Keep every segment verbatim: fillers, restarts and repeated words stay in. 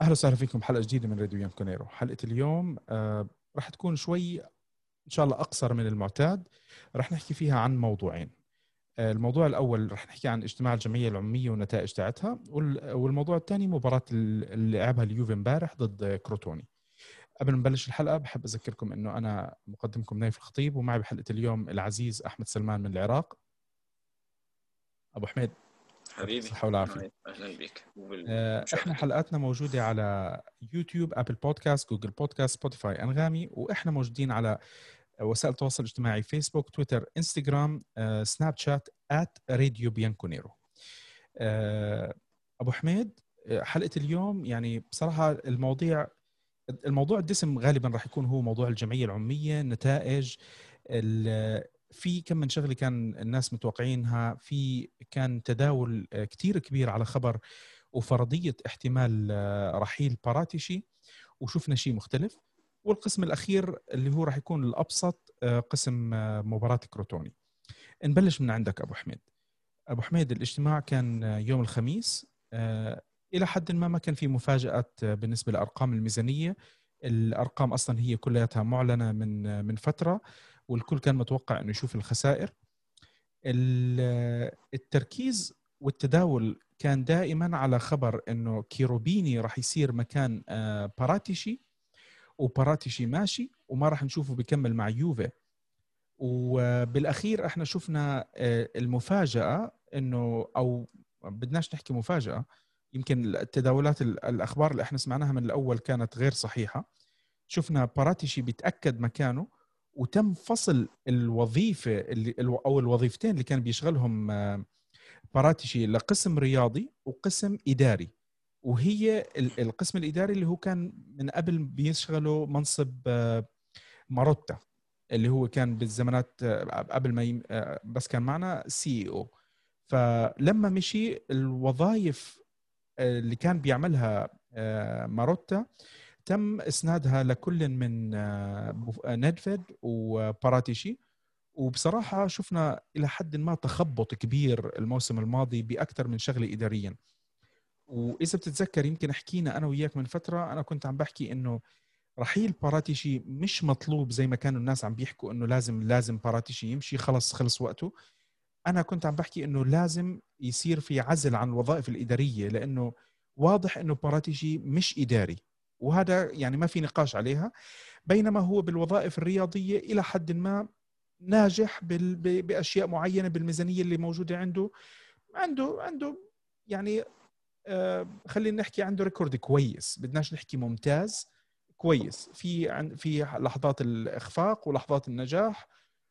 أهلا وسهلا فيكم حلقة جديدة من راديو يانكونيرو. حلقة اليوم آه راح تكون شوي إن شاء الله أقصر من المعتاد. راح نحكي فيها عن موضوعين. آه الموضوع الأول راح نحكي عن اجتماع الجمعية العمومية والنتائج تاعتها، والموضوع الثاني مباراة اللي لعبها اليوفي امبارح ضد كروتوني. قبل ما نبلش الحلقة بحب أذكركم إنه أنا مقدمكم نايف الخطيب، ومعي بحلقة اليوم العزيز أحمد سلمان من العراق. أبو حميد، حبيبي صحة والعافية. أهلا بك. احنا حلقاتنا موجودة على يوتيوب، ابل بودكاست، جوجل بودكاست، سبوتيفاي، انغامي، واحنا موجودين على وسائل التواصل الاجتماعي فيسبوك، تويتر، انستغرام، آه، سناب شات آت راديو بيانكونيرو. آه، ابو حميد، حلقة اليوم يعني بصراحة المواضيع الموضوع الدسم غالبا راح يكون هو موضوع الجمعية العمومية، النتائج. في كم من شغله كان الناس متوقعينها، في كان تداول كتير كبير على خبر وفرضية احتمال رحيل باراتيشي، وشفنا شيء مختلف. والقسم الأخير اللي هو راح يكون الأبسط، قسم مباراة كروتوني. نبلش من عندك أبو حميد. أبو حميد، الاجتماع كان يوم الخميس. إلى حد ما ما كان في مفاجآت بالنسبة لأرقام الميزانية. الأرقام أصلا هي كلها معلنة من من فترة، والكل كان متوقع أنه يشوف الخسائر. التركيز والتداول كان دائما على خبر أنه كيروبيني راح يصير مكان باراتيشي، وباراتيشي ماشي وما راح نشوفه بيكمل مع يوفي. وبالأخير احنا شفنا المفاجأة أنه، أو بدناش نحكي مفاجأة، يمكن التداولات الأخبار اللي احنا سمعناها من الأول كانت غير صحيحة. شفنا باراتيشي بيتأكد مكانه، وتم فصل الوظيفة اللي أو الوظيفتين اللي كان بيشغلهم باراتيشي لقسم رياضي وقسم إداري. وهي القسم الإداري اللي هو كان من قبل بيشغله منصب ماروتا، اللي هو كان بالزمانات قبل ما بس كان معنا سي او. فلما مشي الوظائف اللي كان بيعملها ماروتا تم إسنادها لكل من نيدفيد وباراتيشي. وبصراحة شفنا إلى حد ما تخبط كبير الموسم الماضي بأكثر من شغلة إداريا. وإذا بتتذكر يمكن حكينا أنا وياك من فترة، أنا كنت عم بحكي إنه رحيل باراتيشي مش مطلوب زي ما كانوا الناس عم بيحكوا إنه لازم لازم باراتيشي يمشي، خلص خلص وقته. أنا كنت عم بحكي إنه لازم يصير في عزل عن الوظائف الإدارية، لأنه واضح إنه باراتيشي مش إداري، وهذا يعني ما في نقاش عليها. بينما هو بالوظائف الرياضية إلى حد ما ناجح بأشياء معينة بالميزانية اللي موجودة عنده. عنده عنده يعني آه خلينا نحكي عنده ريكورد كويس، بدناش نحكي ممتاز، كويس. في عن في لحظات الإخفاق ولحظات النجاح،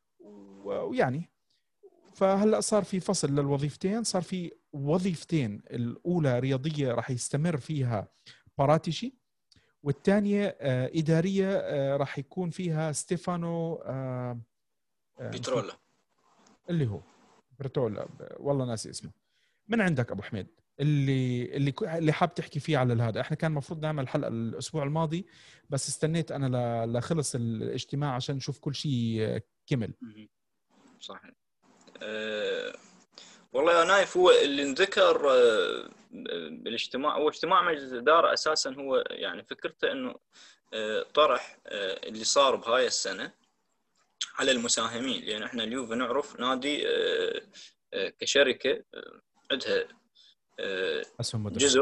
ويعني فهلا صار في فصل للوظيفتين. صار في وظيفتين، الأولى رياضية راح يستمر فيها باراتيشي، والثانية آه إدارية آه راح يكون فيها ستيفانو آه آه بيترولا، اللي هو برتولا، والله ناسي اسمه. من عندك أبو حميد اللي اللي اللي حاب تحكي فيه على هذا. احنا كان المفروض نعمل حلقة الأسبوع الماضي، بس استنيت أنا لخلص الاجتماع عشان نشوف كل شيء كمل. صحيح. أه والله يا نايف، هو اللي انذكر أه بالاجتماع هو اجتماع مجلس الإدارة. أساسا هو يعني فكرته أنه أه طرح أه اللي صار بهاي السنة على المساهمين، لأن احنا اليوفي نعرف نادي أه أه كشركة أه عندها أه جزء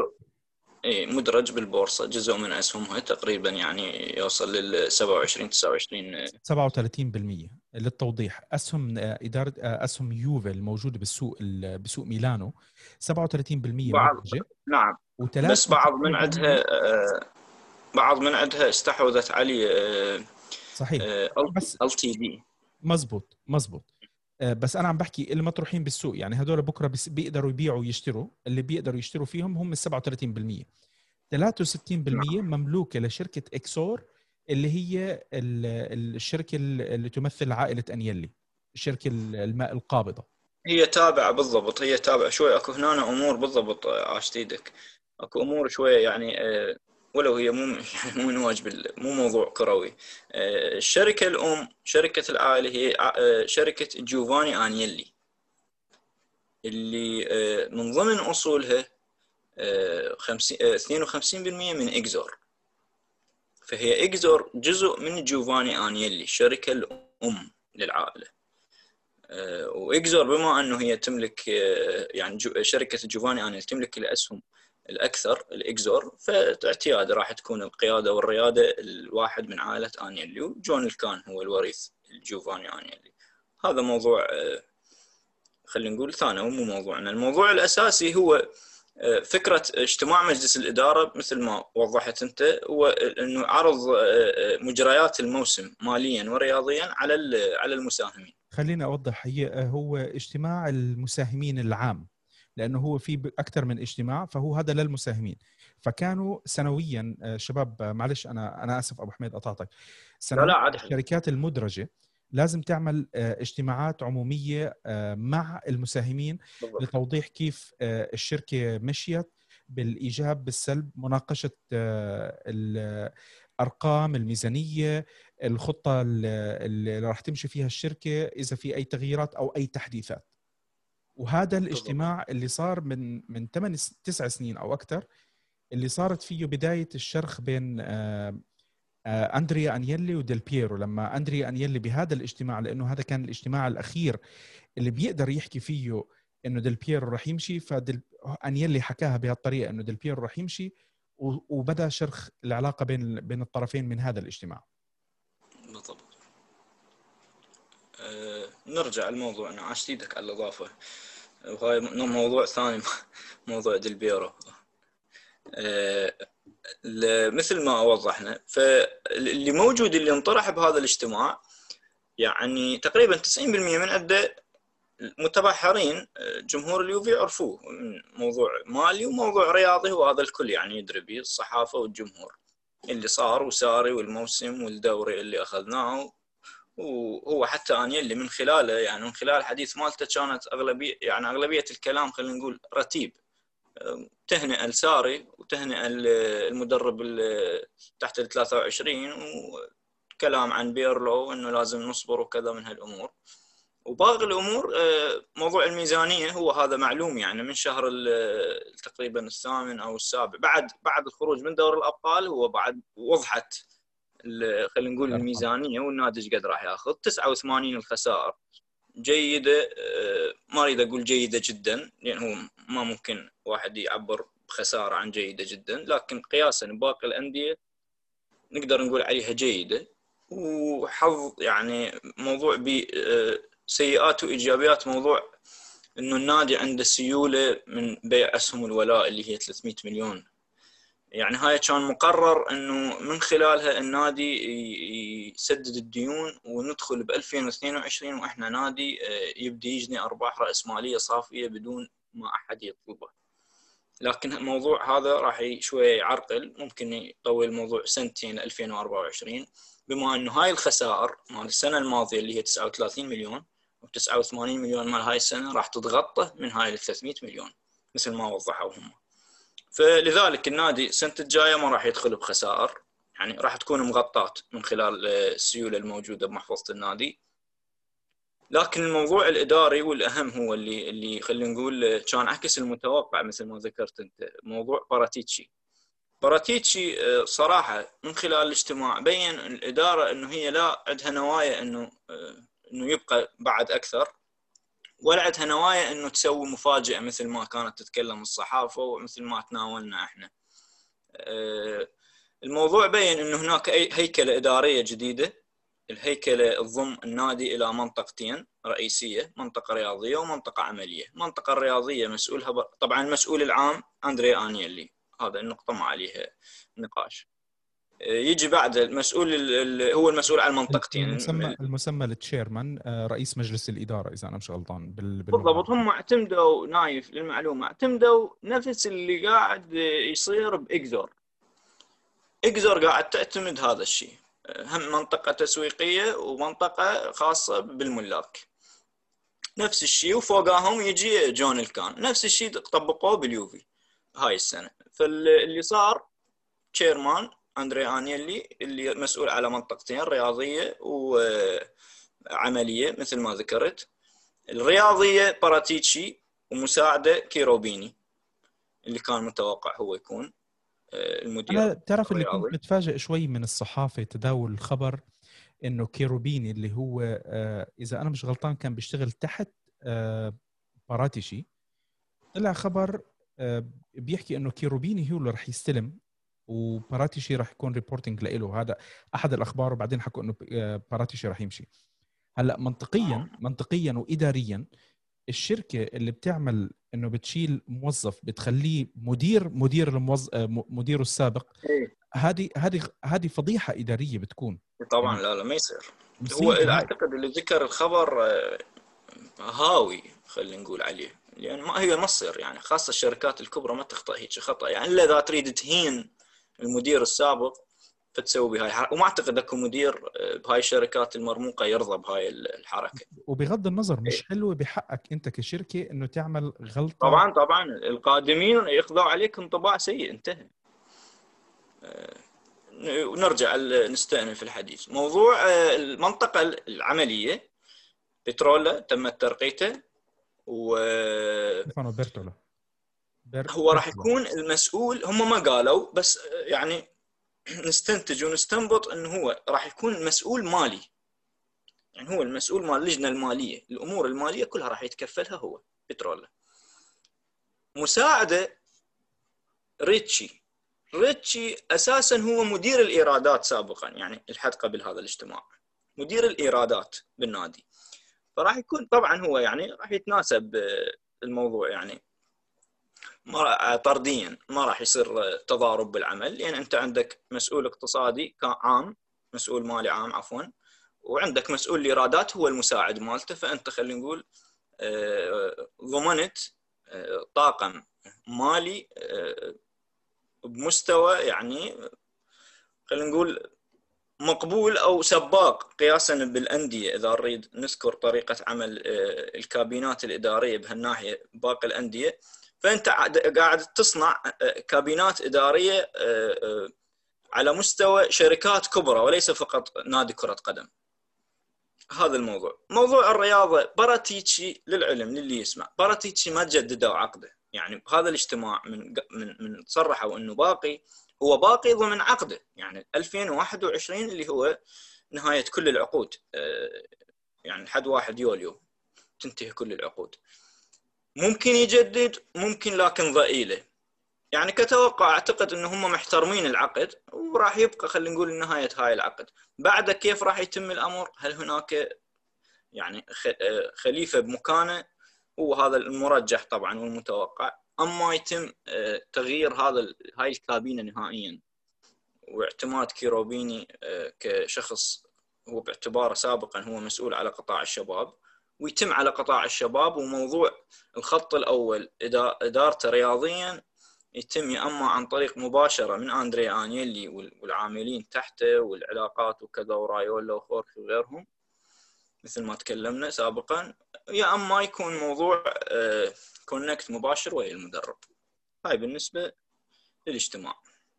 مدرج بالبورصة، جزء من أسهمها تقريبا يعني يوصل لل سبعة وعشرين تسعة وعشرين سبعة وثلاثين بالمئة. للتوضيح، أسهم إدارة أسهم يوفي الموجودة بالسوق بسوق ميلانو سبعة وثلاثين بالمئة بعض مدرجة، نعم، بس بعض من عندها بعض من عندها استحوذت عليه صحيح. بس ال تي دي. مزبوط مزبوط. بس أنا عم بحكي اللي مطروحين بالسوق، يعني هدول بكرة بيقدروا يبيعوا ويشتروا، اللي بيقدروا يشتروا فيهم هم السبعة وثلاثين بالمئة. ثلاثة وستين بالمئة مملوكة لشركة إكسور، اللي هي الشركة اللي تمثل عائلة أنيلي، الشركة الماء القابضة. هي تابعة بالضبط، هي تابعة شوي. أكو هنا أمور بالضبط عاشت إيدك، أكو أمور شوية يعني ولو هي مو مو من واجب، مو موضوع كروي. الشركة الأم شركة العائلة هي شركة جوفاني أنيلي، اللي من ضمن أصولها اثنين وخمسين بالمئة من إكزور. فهي إكزور جزء من جوفاني آنيلي، الشركة الأم للعائلة. وإكزور بما أنه هي تملك يعني شركة جوفاني آنيلي تملك الأسهم الأكثر الإكزور، فاعتياد راح تكون القيادة والريادة الواحد من عائلة آنيلي، وجون الكان هو الوريث جوفاني آنيلي. هذا موضوع خلينا نقول ثانوي، مو موضوعنا. الموضوع الأساسي هو فكرة اجتماع مجلس الإدارة مثل ما وضحت أنت، هو أنه عرض مجريات الموسم ماليا ورياضيا على على المساهمين. خليني أوضح، هي هو اجتماع المساهمين العام، لأنه هو في أكثر من اجتماع، فهو هذا للمساهمين. فكانوا سنويا شباب، معلش أنا أنا آسف أبو حميد قطعتك، سنويا لا لا الشركات المدرجة لازم تعمل اجتماعات عمومية مع المساهمين بالضبط، لتوضيح كيف الشركة مشيت بالإيجاب بالسلب، مناقشة الأرقام الميزانية، الخطة اللي راح تمشي فيها الشركة إذا في أي تغييرات أو أي تحديثات. وهذا الاجتماع اللي صار من من ثمان تسع سنين أو أكثر، اللي صارت فيه بداية الشرخ بين أندريا أنيلي وديل بييرو. لما أندريا أنيلي بهذا الاجتماع، لأنه هذا كان الاجتماع الأخير اللي بيقدر يحكي فيه إنه ديل بييرو راح يمشي، فأنيلي حكاها بهالطريقة إنه ديل بييرو راح يمشي، وبدأ شرخ العلاقة بين بين الطرفين من هذا الاجتماع. بالضبط. أه نرجع لموضوعنا، عاش ايدك على الإضافة، وهاي موضوع ثاني موضوع ديل بييرو. أه مثل ما وضحنا، فاللي موجود اللي انطرح بهذا الاجتماع يعني تقريبا تسعين بالمئة من عنده متبحرين جمهور اليوفي عرفوه، من موضوع مالي وموضوع رياضي، وهذا الكل يعني يدري به، الصحافة والجمهور، اللي صار وساري والموسم والدوري اللي أخذناه. وهو حتى أنا اللي من خلاله يعني من خلال الحديث مالته كانت أغلبية يعني أغلبية الكلام خلينا نقول رتيب، تهنئة الساري وتهنئة المدرب تحت ال ثلاثة وعشرين، وكلام عن بيرلو إنه لازم نصبر وكذا من هالأمور. وباقي الأمور موضوع الميزانية هو هذا معلوم يعني من شهر تقريبا الثامن أو السابع، بعد بعد الخروج من دوري الأبطال، هو بعد وضحت خلينا نقول الميزانية والنادي ايش قد راح ياخذ. تسعة وثمانين الخسائر جيدة، ما أريد أقول جيدة جدا لأن هو ما ممكن واحد يعبر بخسارة عن جيدة جدا، لكن قياسا باقي الأندية نقدر نقول عليها جيدة. وحظ يعني موضوع بسيئات وإيجابيات، موضوع إنه النادي عنده سيولة من بيع أسهم الولاء اللي هي ثلاثمئة مليون، يعني هاي كان مقرر إنه من خلالها النادي يسدد الديون وندخل ب ألفين واثنين وعشرين وإحنا نادي يبدي يجني أرباح رأسمالية صافية بدون ما أحد يطلبه. لكن الموضوع هذا راح شوية يعرقل، ممكن يطول الموضوع سنتين ألفين وأربعة وعشرين، بما إنه هاي الخسائر مال السنة الماضية اللي هي تسعة وثلاثين مليون وتسعة وثمانين مليون مال هاي السنة راح تتغطى من هاي ال ثلاثمئة مليون مثل ما وضحوا هم. فلذلك النادي السنة الجاية ما راح يدخل بخسائر، يعني راح تكون مغطاة من خلال السيولة الموجودة بمحفظة النادي. لكن الموضوع الإداري والأهم هو اللي اللي خلينا نقول كان عكس المتوقع مثل ما ذكرت أنت، موضوع باراتيتشي. باراتيتشي صراحة من خلال الاجتماع بين الإدارة إنه هي لا عندها نوايا إنه إنه يبقى بعد أكثر، ولا عندها نوايا إنه تسوي مفاجأة مثل ما كانت تتكلم الصحافة ومثل ما تناولنا إحنا. الموضوع بين إنه هناك هيكلة إدارية جديدة، الهيكلة تضم النادي إلى منطقتين رئيسية، منطقة رياضية ومنطقة عملية. المنطقة الرياضية مسؤولها طبعا المسؤول العام أندريا أنيلي، هذا النقطة ما عليها نقاش. يجي بعد المسؤول هو المسؤول عن المنطقتين، المسمى المسمى التشيرمان، رئيس مجلس الإدارة إذا أنا مش غلطان. بالضبط. هم اعتمدوا نايف للمعلومة، اعتمدوا نفس اللي قاعد يصير بإكزور. إكزور قاعد تعتمد هذا الشيء، هم منطقة تسويقية ومنطقة خاصة بالملاك، نفس الشيء. وفوقهم يجي جون الكان، نفس الشيء طبقوه باليوفي هاي السنة. فاللي صار تشيرمان أندريا أنيلي اللي مسؤول على منطقتين رياضية وعملية مثل ما ذكرت. الرياضية باراتيتشي ومساعدة كيروبيني، اللي كان متوقع هو يكون المدير. انا تعرف اللي الرياضي. كنت متفاجئ شوي من الصحافه تداول الخبر انه كيروبيني اللي هو اذا انا مش غلطان كان بيشتغل تحت باراتيشي، طلع خبر بيحكي انه كيروبيني هو اللي رح يستلم وباراتيشي رح يكون ريبورتنج له. هذا احد الاخبار، وبعدين حكوا انه باراتيشي رح يمشي. هلا منطقيا منطقيا واداريا الشركه اللي بتعمل انه بتشيل موظف بتخليه مدير مدير الموظف مديره السابق، هذه هذه هذه فضيحه اداريه بتكون. طبعا يعني لا لا ما يصير. هو مصيبة. اعتقد اللي ذكر الخبر هاوي خلينا نقول عليه، لان ما هي ما تصير يعني، خاصه الشركات الكبرى ما تخطئ هيك خطا يعني، الا اذا تريد تهين المدير السابق فتسوي بهاي الحركه. وما اعتقد اكو مدير بهاي الشركات المرموقه يرضى بهاي الحركه. وبغض النظر مش حلوه بحقك انت كشركه انه تعمل غلطه. طبعا طبعا القادمين ياخذوا عليك انطباع سيء. انتهى. ونرجع نستأنف الحديث. موضوع المنطقه العمليه بترولا تم ترقيته، و بيرتولا بير... هو راح يكون المسؤول. هم ما قالوا بس يعني نستنتج ونستنبط انه هو راح يكون مسؤول مالي، يعني هو المسؤول مال اللجنه الماليه، الامور الماليه كلها راح يتكفلها هو بترولا. مساعده ريتشي ريتشي اساسا هو مدير الايرادات سابقا، يعني الحد قبل هذا الاجتماع مدير الايرادات بالنادي. فراح يكون طبعا هو يعني راح يتناسب الموضوع، يعني ما طرديا ما راح يصير تضارب بالعمل، لان انت عندك مسؤول اقتصادي عام، مسؤول مالي عام عفوا، وعندك مسؤول الايرادات هو المساعد مالته. فانت خلينا نقول ضمنت طاقم مالي بمستوى يعني خلينا نقول مقبول او سباق قياسا بالانديه، اذا نريد نذكر طريقه عمل الكابينات الاداريه بهالناحيه باقي الانديه. فانت قاعد تصنع كابينات اداريه على مستوى شركات كبرى وليس فقط نادي كره قدم. هذا الموضوع. موضوع الرياضه، باراتيتشي للعلم للي يسمع، باراتيتشي ما تجددوا عقده، يعني هذا الاجتماع من من من صرحوا انه باقي، هو باقي ضمن عقده، يعني ألفين وواحد وعشرين اللي هو نهايه كل العقود، يعني لحد واحد يوليو تنتهي كل العقود. ممكن يجدد ممكن، لكن ضئيله. يعني كتوقع اعتقد ان هم محترمين العقد وراح يبقى خلينا نقول نهايه هاي العقد. بعد كيف راح يتم الامر؟ هل هناك يعني خليفه بمكانه؟ هو هذا المرجح طبعا والمتوقع. اما يتم تغيير هذا هاي الكابينه نهائيا واعتماد كيروبيني كشخص هو باعتباره سابقا هو مسؤول على قطاع الشباب، ويتم على قطاع الشباب وموضوع الخط الاول ادارته رياضيا يتم يا اما عن طريق مباشره من اندريا انيلي والعاملين تحته والعلاقات وكذا ورايولا وخورخي وغيرهم مثل ما تكلمنا سابقا، يا اما يكون موضوع كونكت مباشر ويا المدرب. هاي بالنسبه للاجتماع.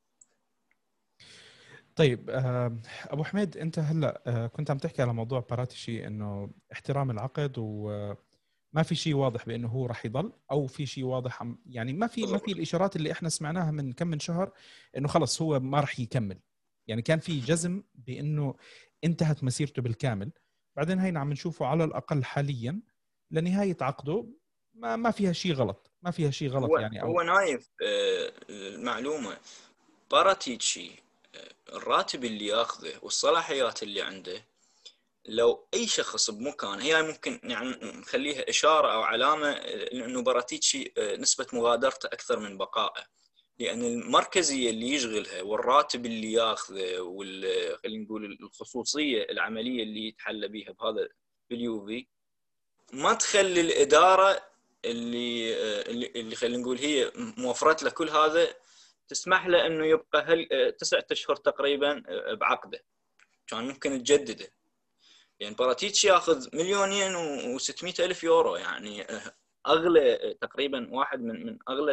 طيب ابو حميد، انت هلا كنت عم تحكي على موضوع باراتيشي انه احترام العقد وما في شيء واضح بانه هو راح يضل، او في شيء واضح يعني ما في ما في الاشارات اللي احنا سمعناها من كم من شهر انه خلص هو ما راح يكمل. يعني كان في جزم بانه انتهت مسيرته بالكامل، بعدين هينا عم نشوفه على الاقل حاليا لنهايه عقده ما ما فيها شيء غلط، ما فيها شيء غلط هو يعني. أو هو نايف المعلومه باراتيتشي الراتب اللي ياخذه والصلاحيات اللي عنده، لو اي شخص بمكان، هي ممكن يعني نخليها اشاره او علامه لانه باراتيتشي نسبه مغادرته اكثر من بقائه، لان المركزيه اللي يشغلها والراتب اللي ياخذه وال خلينا نقول الخصوصيه العمليه اللي يتحلى بها بهذا باليوفي ما تخلي الاداره اللي اللي, اللي خلينا نقول هي موفرت له كل هذا تسمح له انه يبقى هل تسعة اشهر تقريبا بعقده، كان ممكن تجدده. يعني باراتيتشي ياخذ مليونين وستمائة الف يورو، يعني اغلى تقريبا واحد من من اغلى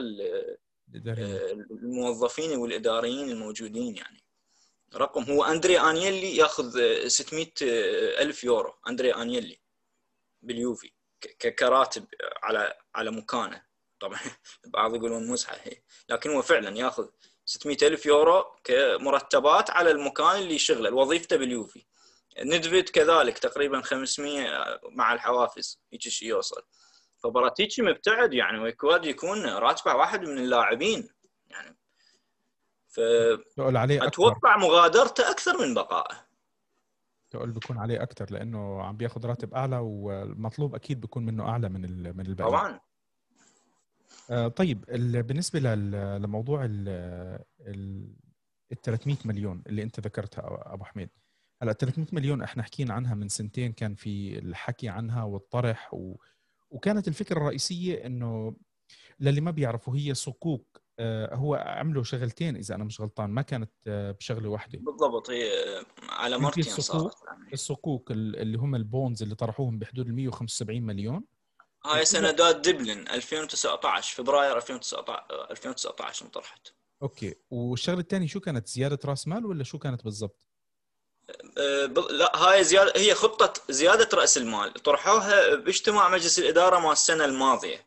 الموظفين والاداريين الموجودين، يعني رقم. هو اندري انيلي ياخذ ستمائة الف يورو، اندري انيلي باليوفي كراتب على على مكانه، طبعا بعض يقولون مزحة هي، لكن هو فعلا ياخذ ستمئة ألف يورو كمرتبات على المكان اللي يشغله وظيفته باليوفي. ندفيد كذلك تقريبا خمسمئة مع الحوافز هيك شيء يوصل. فبراتيتشي مبتعد يعني، ويكاد يكون راتبه واحد من اللاعبين يعني، تقول عليه أكثر، فأتوقع مغادرته أكثر من بقائه. تقول بيكون عليه أكثر لأنه عم بياخذ راتب أعلى، والمطلوب أكيد بيكون منه أعلى من من الباقيين. طبعا. آه طيب بالنسبة لموضوع ال ثلاثمئة مليون اللي أنت ذكرتها أبو حميد، هلا ثلاثمئة مليون احنا حكينا عنها من سنتين، كان في الحكي عنها والطرح و... وكانت الفكرة الرئيسية إنه للي ما بيعرفوا هي صكوك، آه هو عملوا شغلتين إذا أنا مش غلطان، ما كانت آه بشغلة واحدة بالضبط، هي على مرتين صارت. الصكوك اللي هم البونز اللي طرحوهم بحدود ال مئة وخمسة وسبعين مليون. هاي سندات دبلن ألفين وتسعة عشر، فبراير ألفين وتسعة عشر انطرحت. اوكي، والشغله الثانيه شو كانت؟ زياده راس مال ولا شو كانت بالضبط؟ أه لا، هاي زياده، هي خطه زياده راس المال طرحوها باجتماع مجلس الاداره مال السنه الماضيه.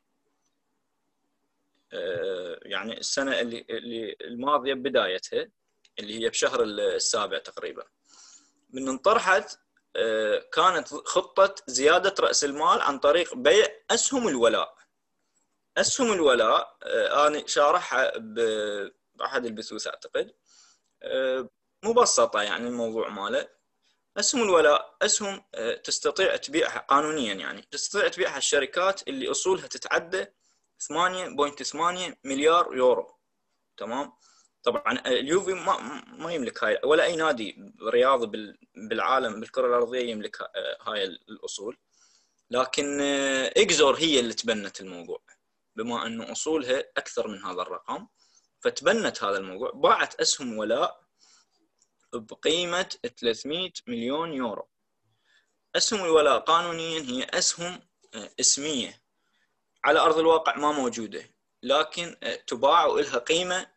أه يعني السنه اللي اللي الماضيه بدايتها، اللي هي بشهر السابع تقريبا من انطرحت. أه كانت خطه زياده راس المال عن طريق بيع اسهم الولاء. اسهم الولاء أه انا شارحها باحد البثوث اعتقد. أه مبسطه يعني الموضوع ماله. اسهم الولاء اسهم تستطيع تبيعها قانونيا، يعني تستطيع تبيعها الشركات اللي اصولها تتعدى ثمانية فاصلة ثمانية مليار يورو. تمام. طبعا اليوفي ما ما يملك هاي، ولا اي نادي رياضي بالعالم بالكره الارضيه يملك هاي الاصول، لكن اكزور هي اللي تبنت الموضوع بما انه اصولها اكثر من هذا الرقم، فتبنت هذا الموضوع، باعت اسهم ولاء بقيمة ثلاثمئة مليون يورو. أسهم الولاء قانونيا هي أسهم اسمية على أرض الواقع ما موجودة، لكن تباع ولها قيمة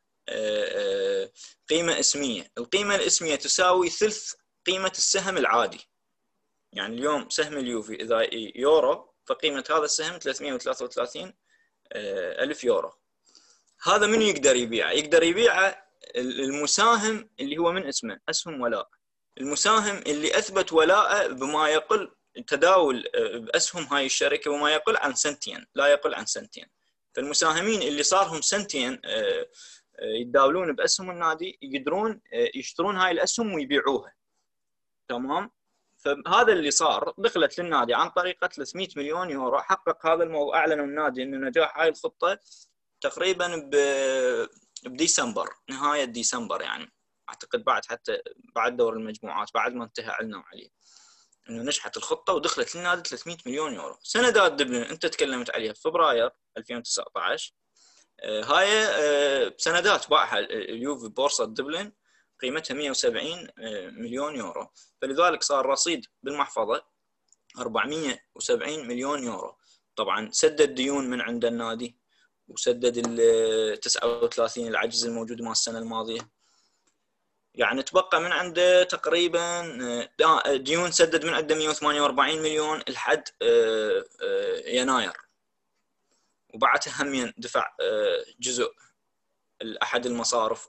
قيمة اسمية. القيمة الاسمية تساوي ثلث قيمة السهم العادي. يعني اليوم سهم اليوفي إذا يورو، فقيمة هذا السهم ثلاثمئة وثلاثة وثلاثين ألف يورو. هذا من يقدر يبيعه؟ يقدر يبيعه المساهم اللي هو من اسمه أسهم ولاء، المساهم اللي أثبت ولاءه بما يقل تداول بأسهم هاي الشركة وما يقل عن سنتين، لا يقل عن سنتين. فالمساهمين اللي صارهم سنتين يتداولون بأسهم النادي يقدرون يشترون هاي الأسهم ويبيعوها. تمام. فهذا اللي صار، دخلت للنادي عن طريق ثلاثمئة مليون يورو. حقق هذا الموضوع، أعلنوا النادي إنه نجاح هاي الخطة تقريبا بديسمبر، نهاية ديسمبر يعني أعتقد، بعد حتى بعد دور المجموعات، بعد ما انتهى علنوا عليه إنه نجحت الخطة ودخلت للنادي ثلاثمئة مليون يورو. سندات دبلن أنت تكلمت عليها في فبراير ألفين وتسعة عشر، هاي سندات باعها اليوفي بورصة دبلن قيمتها مئة وسبعين مليون يورو، فلذلك صار رصيد بالمحفظة أربعمئة وسبعين مليون يورو. طبعا سدد ديون من عند النادي، وسدد ال تسعة وثلاثين العجز الموجود مع السنة الماضية، يعني تبقى من عنده تقريبا ديون سدد من عنده مئة وثمانية وأربعين مليون لحد يناير، وبعدها هم دفع جزء لأحد المصارف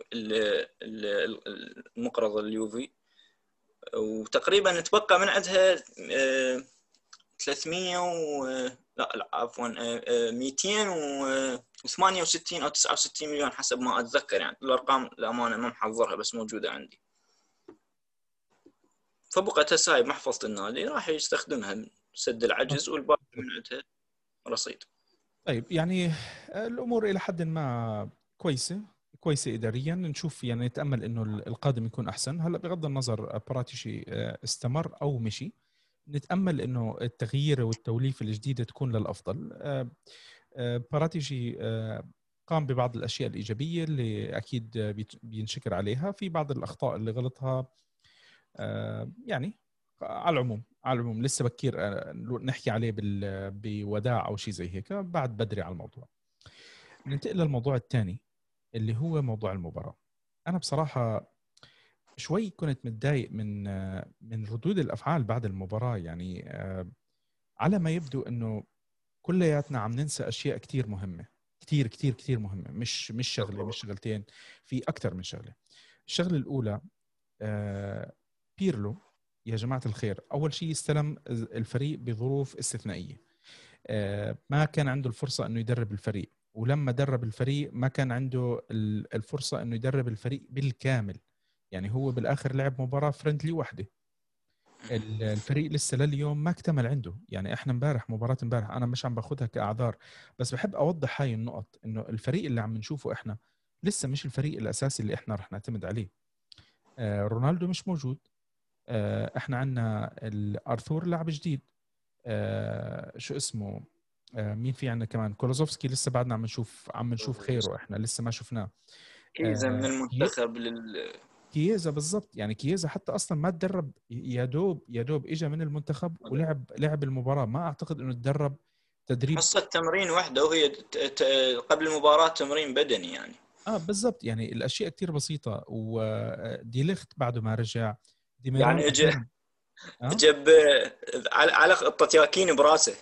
المقرض اليوفي، وتقريبا تبقى من عندها ثلاثمئة و لا لا عفوا مئتين وثمانية وستين او تسعة وستين مليون حسب ما اتذكر، يعني الارقام الامانه ما محضرها بس موجوده عندي. فبقت هسه بمحفظه النادي راح يستخدمها سد العجز، والباقي من عندها رصيد. طيب يعني الامور الى حد ما كويسه كويسه اداريا، نشوف يعني نتامل انه القادم يكون احسن. هلا بغض النظر براتيشي استمر او مشي، نتامل انه التغيير والتوليفه الجديده تكون للافضل. براتيشي قام ببعض الاشياء الايجابيه اللي اكيد بينشكر عليها، في بعض الاخطاء اللي غلطها يعني على العموم على العموم لسه بكير نحكي عليه بوداع او شيء زي هيك، بعد بدري على الموضوع. ننتقل للموضوع الثاني اللي هو موضوع المباراة. انا بصراحة شوي كنت متضايق من من ردود الافعال بعد المباراة، يعني على ما يبدو انه كلياتنا عم ننسى اشياء كتير مهمة. كتير كتير كتير مهمة، مش مش شغلة مش شغلتين، في أكثر من شغلة. الشغلة الأولى آه بيرلو يا جماعة الخير أول شيء استلم الفريق بظروف استثنائية، آه ما كان عنده الفرصة أنه يدرب الفريق، ولما درب الفريق ما كان عنده الفرصة أنه يدرب الفريق بالكامل. يعني هو بالآخر لعب مباراة فرندلي واحدة، الفريق لسه لليوم ما اكتمل عنده. يعني احنا امبارح مباراة امبارح انا مش عم باخذها كاعذار، بس بحب اوضح هاي النقط، انه الفريق اللي عم نشوفه احنا لسه مش الفريق الاساسي اللي احنا رح نعتمد عليه. آه رونالدو مش موجود، آه احنا عندنا الارثور لاعب جديد، آه شو اسمه، آه مين في عندنا كمان، كولوزوفسكي لسه بعدنا عم نشوف عم نشوف خيره، احنا لسه ما شفناه. كيزا من آه المنتخب لل كييزا بالضبط، يعني كييزا حتى اصلا ما تدرب، يا دوب يا دوب اجى من المنتخب ولعب لعب المباراه، ما اعتقد انه تدرب تدريب. حصة تمرين واحدة وهي ت- ت- قبل المباراة تمرين بدني يعني. اه بالضبط، يعني الاشياء كتير بسيطه. ودي ليخت بعده ما رجع، ديميرال يعني اجى اخيرا. اه جاب على على خطة ياكين براسه.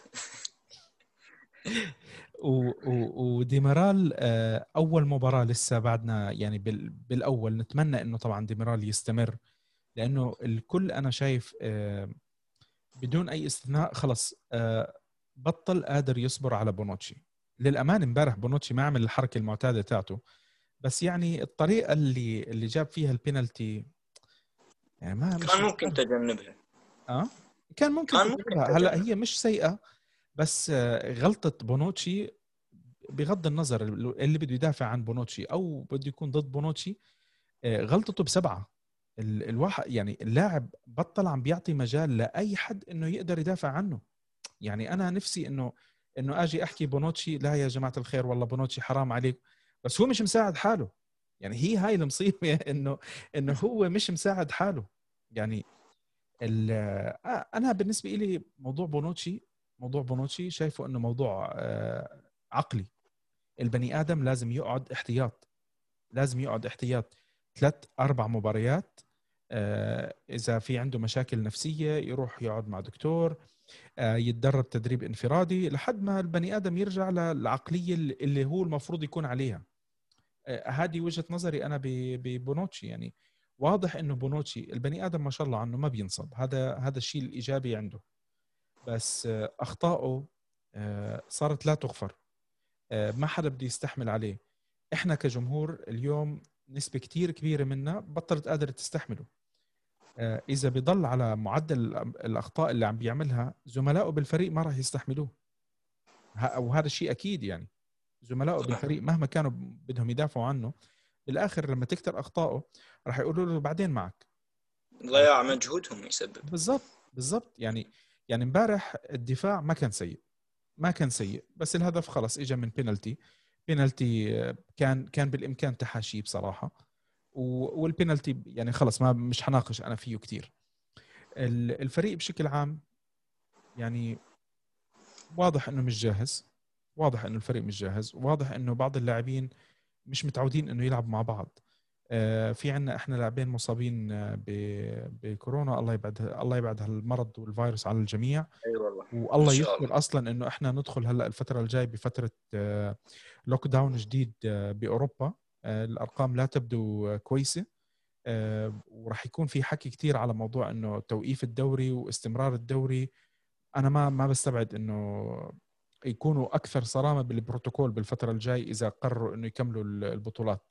و- و- وديميرال آه اول مباراه لسه بعدنا، يعني بال بالاول نتمنى انه طبعا ديميرال يستمر، لانه الكل انا شايف آه بدون اي استثناء خلص آه بطل قادر يصبر على بونوتشي. للأمان امبارح بونوتشي ما عمل الحركة المعتادة تاعته، بس يعني الطريقة اللي اللي جاب فيها البينالتي يعني ما مش كان مش ممكن عارف. تجنبها. اه كان ممكن كان ممكن تجنبها، هلا تجنب. هي مش سيئة، بس آه غلطة بونوتشي بغض النظر اللي بده يدافع عن بونوتشي او بده يكون ضد بونوتشي، آه غلطته بسبعة. ال- الواحد يعني اللاعب بطل عم بيعطي مجال لأي حد انه يقدر يدافع عنه. يعني انا نفسي انه انه اجي احكي بونوتشي لا يا جماعه الخير والله بونوتشي حرام عليك، بس هو مش مساعد حاله. يعني هي هاي المصيبه انه انه هو مش مساعد حاله. يعني ال- آه، انا بالنسبه لي موضوع بونوتشي موضوع بونوتشي شايفه انه موضوع آه، عقلي. البني ادم لازم يقعد احتياط، لازم يقعد احتياط ثلاث اربع مباريات. آه، اذا في عنده مشاكل نفسيه يروح يقعد مع دكتور، آه، يتدرب تدريب انفرادي لحد ما البني آدم يرجع للعقلية اللي هو المفروض يكون عليها. آه، هذه وجهة نظري أنا ب- ببونوتشي. يعني واضح إنه بونوتشي البني آدم ما شاء الله عنه ما بينصب، هذا هذا الشيء الإيجابي عنده، بس آه، أخطائه آه، صارت لا تغفر، آه، ما حدا بده يستحمل عليه. إحنا كجمهور اليوم نسبة كتير كبيرة منا بطلت قادرة تستحمله. آه، إذا بيضل على معدل الأخطاء اللي عم بيعملها زملائه بالفريق ما راح يستحملوه، ه- وهذا الشيء أكيد. يعني زملائه صح. بالفريق مهما كانوا بدهم يدافعوا عنه بالآخر لما تكتر أخطائه راح يقولوا له بعدين معك. ضياع مجهودهم يسبب. بالضبط بالضبط. يعني يعني امبارح الدفاع ما كان سيء، ما كان سيء، بس الهدف خلص اجى من بينالتي. بينالتي آه، كان كان بالامكان تحاشيه بصراحه، و- والبينالتي يعني خلص ما مش حناقش انا فيه كتير. ال- الفريق بشكل عام يعني واضح انه مش جاهز، واضح انه الفريق مش جاهز، واضح انه بعض اللاعبين مش متعودين انه يلعبوا مع بعض. آه، في عنا احنا لاعبين مصابين آه، ب- بكورونا، الله يبعد الله يبعد هالمرض والفيروس على الجميع. اي والله. ان والله شاء الله. يستر اصلا انه احنا ندخل هلا الفتره الجاي بفتره آه، لوك داون جديد آه، باوروبا. آه، الارقام لا تبدو آه، كويسه، آه، وراح يكون في حكي كتير على موضوع انه توقيف الدوري واستمرار الدوري. انا ما ما بستبعد انه يكونوا اكثر صرامه بالبروتوكول بالفتره الجاي اذا قرروا انه يكملوا البطولات.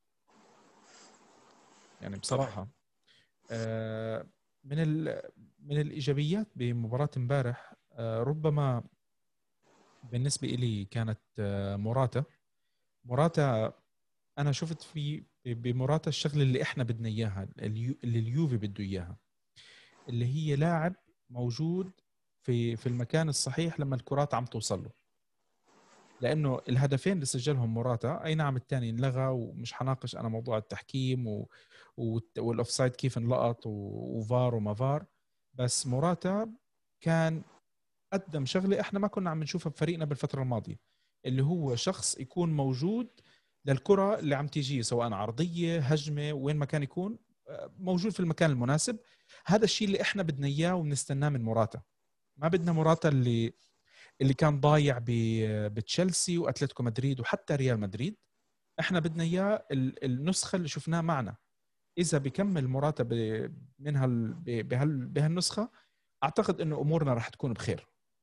يعني طبعا. بصراحه آه، من ال من الايجابيات بمباراه امبارح آه، ربما بالنسبه لي كانت آه، موراتا. موراتا انا شفت في بموراتا الشغله اللي احنا بدنا اياها، اليو- اللي اليوفي بده اياها، اللي هي لاعب موجود في في المكان الصحيح لما الكرات عم توصل له. لانه الهدفين اللي سجلهم موراتا، اي نعم الثاني انلغى ومش حناقش انا موضوع التحكيم و... و... والاوفسايد كيف انلقط و... وفار وما فار، بس موراتا كان قدم شغله احنا ما كنا عم نشوفها بفريقنا بالفتره الماضيه، اللي هو شخص يكون موجود للكره اللي عم تيجي سواء عرضيه هجمه وين ما كان يكون آه، موجود في المكان المناسب. هذا الشيء اللي احنا بدنا اياه وبنستناه من موراتا. ما بدنا موراتا اللي اللي كان ضايع بتشيلسي واتلتيكو مدريد وحتى ريال مدريد. احنا بدنا اياه النسخه اللي شفناها معنا، اذا بكمل مراتب منها بهالنسخه اعتقد انه امورنا راح تكون بخير.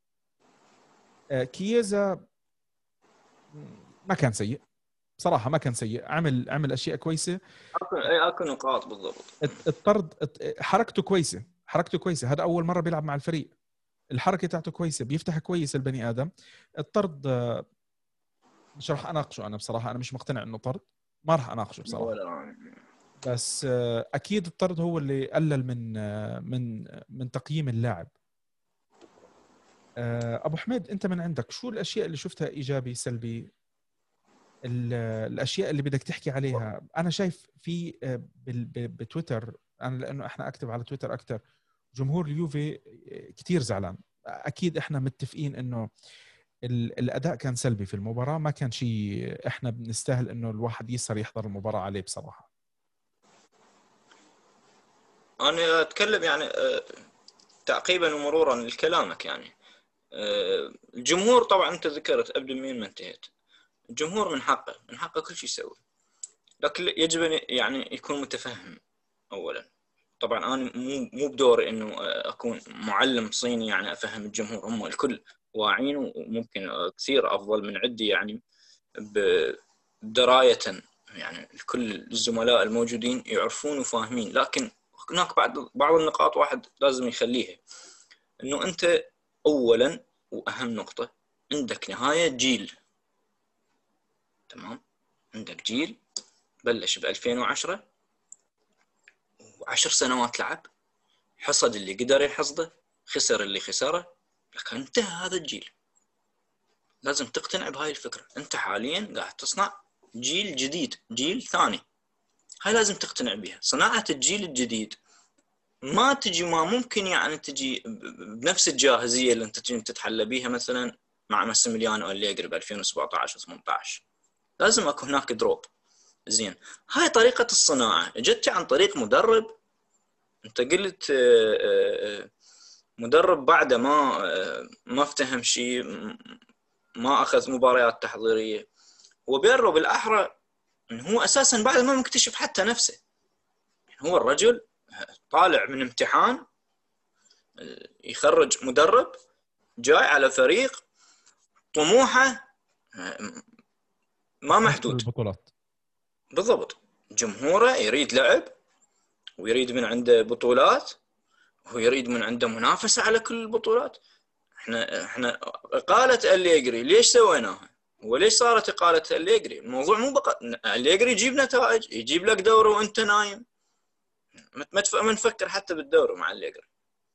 كييزا ما كان سيء بصراحه، ما كان سيء، عمل عمل اشياء كويسه. اكو اي اكو نقاط بالضبط. الطرد حركته كويسه، حركته كويسه، هذا اول مره بيلعب مع الفريق، الحركه تاعته كويسه، بيفتح كويس البني ادم. الطرد مش راح اناقشه، انا بصراحه انا مش مقتنع انه طرد، ما راح اناقشه بصراحه. بس اكيد الطرد هو اللي قلل من من من تقييم اللاعب. ابو حميد انت من عندك شو الاشياء اللي شفتها ايجابي سلبي، الاشياء اللي بدك تحكي عليها؟ انا شايف في بتويتر، انا لانه احنا اكتب على تويتر اكثر، جمهور اليوفي كتير زعلان. اكيد احنا متفقين انه الاداء كان سلبي في المباراه، ما كان شيء احنا بنستاهل انه الواحد يسهر يحضر المباراه عليه بصراحه. انا اتكلم يعني تعقيبا ومرورا لكلامك. يعني الجمهور طبعا انت ذكرت ابدا من ما انتهيت، الجمهور من حقه من حقه كل شيء يسوي، لكن يجب ان يعني يكون متفهم. اولا طبعا انا مو مو بدوري انه اكون معلم صيني يعني افهم الجمهور، هم الكل واعين وممكن كثير افضل من عندي يعني بدرايه، يعني الكل الزملاء الموجودين يعرفون وفاهمين. لكن هناك بعض بعض النقاط واحد لازم يخليها، انه انت اولا واهم نقطه عندك نهايه جيل، تمام؟ عندك جيل بلش ب ألفين وعشرة وعشر سنوات لعب، حصد اللي قدر يحصده، خسر اللي خسره، لكن انتهى هذا الجيل. لازم تقتنع بهاي الفكره، انت حاليا قاعد تصنع جيل جديد، جيل ثاني، هاي لازم تقتنع بها. صناعه الجيل الجديد ما تجي ما ممكن يعني تجي بنفس الجاهزيه اللي انت تتحلى بيها مثلا مع ماسيميليانو أليجري ب ألفين وسبعة عشر ثمانية عشر. لازم اكو هناك دروب. زين، هاي طريقه الصناعه جت عن طريق مدرب. انت قلت مدرب بعد ما ما افتهم شيء، ما اخذ مباريات تحضيريه، وبيرو بالاحرى انه هو اساسا بعد ما مكتشف حتى نفسه. هو الرجل طالع من امتحان يخرج مدرب جاي على فريق طموحه ما محدود البطولات. بالضبط، جمهوره يريد لعب ويريد من عنده بطولات ويريد من عنده منافسه على كل البطولات. احنا احنا اقاله أليجري ليش سويناها؟ وليش صارت اقاله أليجري؟ الموضوع مو بقى أليجري يجيب نتائج، يجيب لك دوري وانت نايم. ما نفكر حتى بالدوري مع أليجري.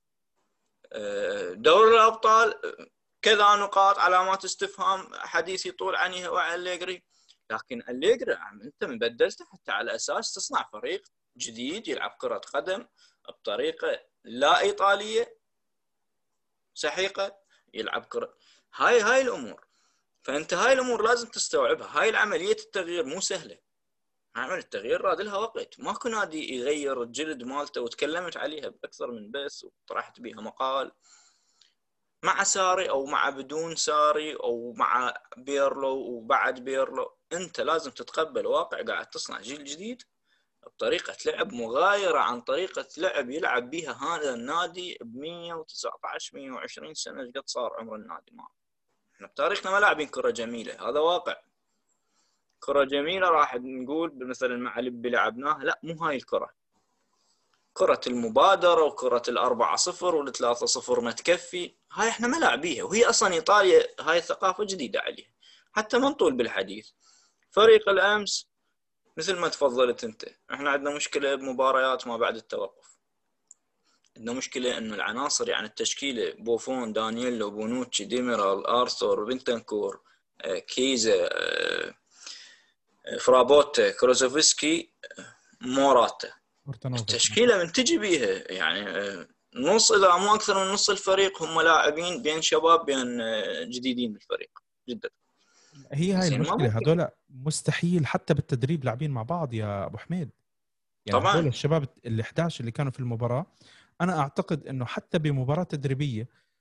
دوري الابطال كذا نقاط علامات استفهام حديث يطول عنها وعن أليجري، لكن أليجري انت مبدلته حتى على اساس تصنع فريق جديد يلعب كرة قدم بطريقة لا ايطالية سحيقة، يلعب كرة. هاي هاي الامور، فانت هاي الامور لازم تستوعبها. هاي العملية التغيير مو سهلة، عمل التغيير راد لها وقت. ماكو نادي يغير الجلد مالته، وتكلمت عليها باكثر من بث وطرحت بها مقال، مع ساري او مع بدون ساري او مع بيرلو وبعد بيرلو. انت لازم تتقبل واقع قاعد تصنع جيل جديد بطريقة لعب مغايرة عن طريقة لعب يلعب بها هذا النادي ب مية وتسعة عشر مية وعشرين سنة قد صار عمر النادي. ما احنا بتاريخنا ما لاعبين كرة جميلة، هذا واقع. كرة جميلة راح نقول مثلا مع لبي لعبناها، لا مو هاي الكرة. كرة المبادرة وكرة الأربعة صفر والثلاثة صفر ما تكفي، هاي احنا ما لاعبيها. وهي أصلا إيطاليا هاي الثقافة جديدة عليها. حتى ما نطول بالحديث، فريق الأمس مثل ما تفضلت انت، احنا عندنا مشكلة بمباريات ما بعد التوقف. عندنا مشكلة انه العناصر يعني التشكيلة بوفون، دانييلو، بونوتشي، ديميرال، آرثور، بنتنكور، كيزا، فرابوت، كروزوفسكي، موراتا، التشكيلة من تجي بيها يعني نص إذا مو أكثر من نص الفريق هم لاعبين بين شباب بين جديدين بالفريق جدا. هي هاي المشكلة، هذول مستحيل حتى بالتدريب لاعبين مع بعض يا أبو حميد. يعني طبعا هذول الشباب ال إحدى عشر اللي كانوا في المباراة، أنا أعتقد إنه حتى بمباراة تدريبية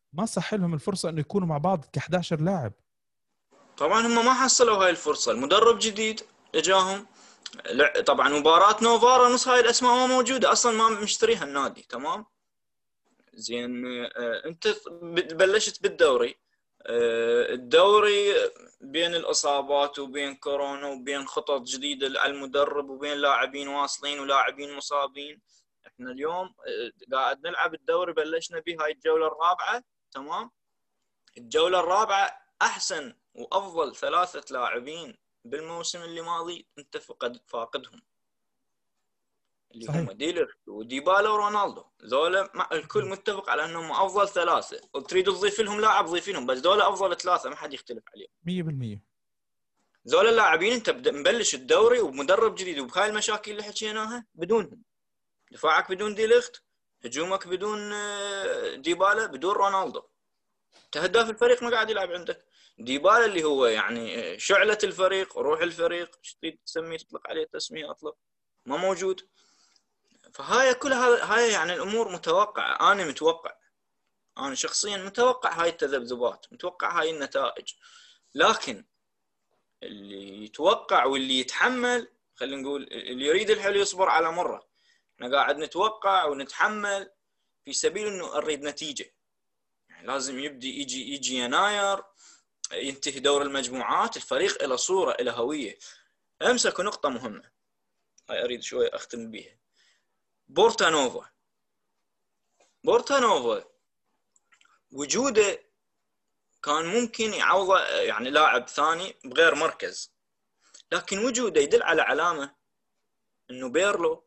ما صح لهم الفرصه انه يكونوا مع بعض ك إحدى عشر لاعب. طبعا هم ما حصلوا هاي الفرصه، المدرب جديد اجاهم، طبعا مباراه نوفارا نص هاي الاسماء ما موجوده اصلا، ما مشتريها النادي. تمام زين. انت بلشت بالدوري، الدوري بين الاصابات وبين كورونا وبين خطط جديده على المدرب وبين لاعبين واصلين ولاعبين مصابين، احنا اليوم قاعد نلعب الدوري، بلشنا به هاي الجوله الرابعه. تمام، الجوله الرابعه احسن وافضل ثلاثه لاعبين بالموسم اللي ماضي انت فقد فاقدهم، اللي صحيح. هم ديلر وديبالا ورونالدو، ذولا الكل متفق على انهم افضل ثلاثه، وتريد تضيف لهم لاعب ضيف لهم، بس ذولا افضل ثلاثه ما حد يختلف عليهم مية بالمية. ذولا اللاعبين انت مبلش الدوري ومدرب جديد وبهاي المشاكل اللي حكيناها بدونهم، دفاعك بدون دي ليخت، هجومك بدون ديبالا، بدون رونالدو، هداف الفريق ما قاعد يلعب عندك، ديبالا اللي هو يعني شعلة الفريق، روح الفريق، ايش تريد تسميه، تطلق عليه تسميه اطلق، ما موجود. فهاي كلها هاي يعني الامور متوقعه، انا متوقع، انا شخصيا متوقع هاي التذبذبات، متوقع هاي النتائج، لكن اللي يتوقع واللي يتحمل، خلينا نقول اللي يريد الحلو يصبر على مره، احنا قاعد نتوقع ونتحمل في سبيل انه نريد نتيجه، يعني لازم يبدي يجي يجي يناير، ينتهي دور المجموعات، الفريق له صوره، له هويه. امسك نقطه مهمه هاي اريد شوي اختم بيها، بورتانوفا. بورتانوفا وجوده كان ممكن يعوض يعني لاعب ثاني بغير مركز، لكن وجوده يدل على علامة انه بيرلو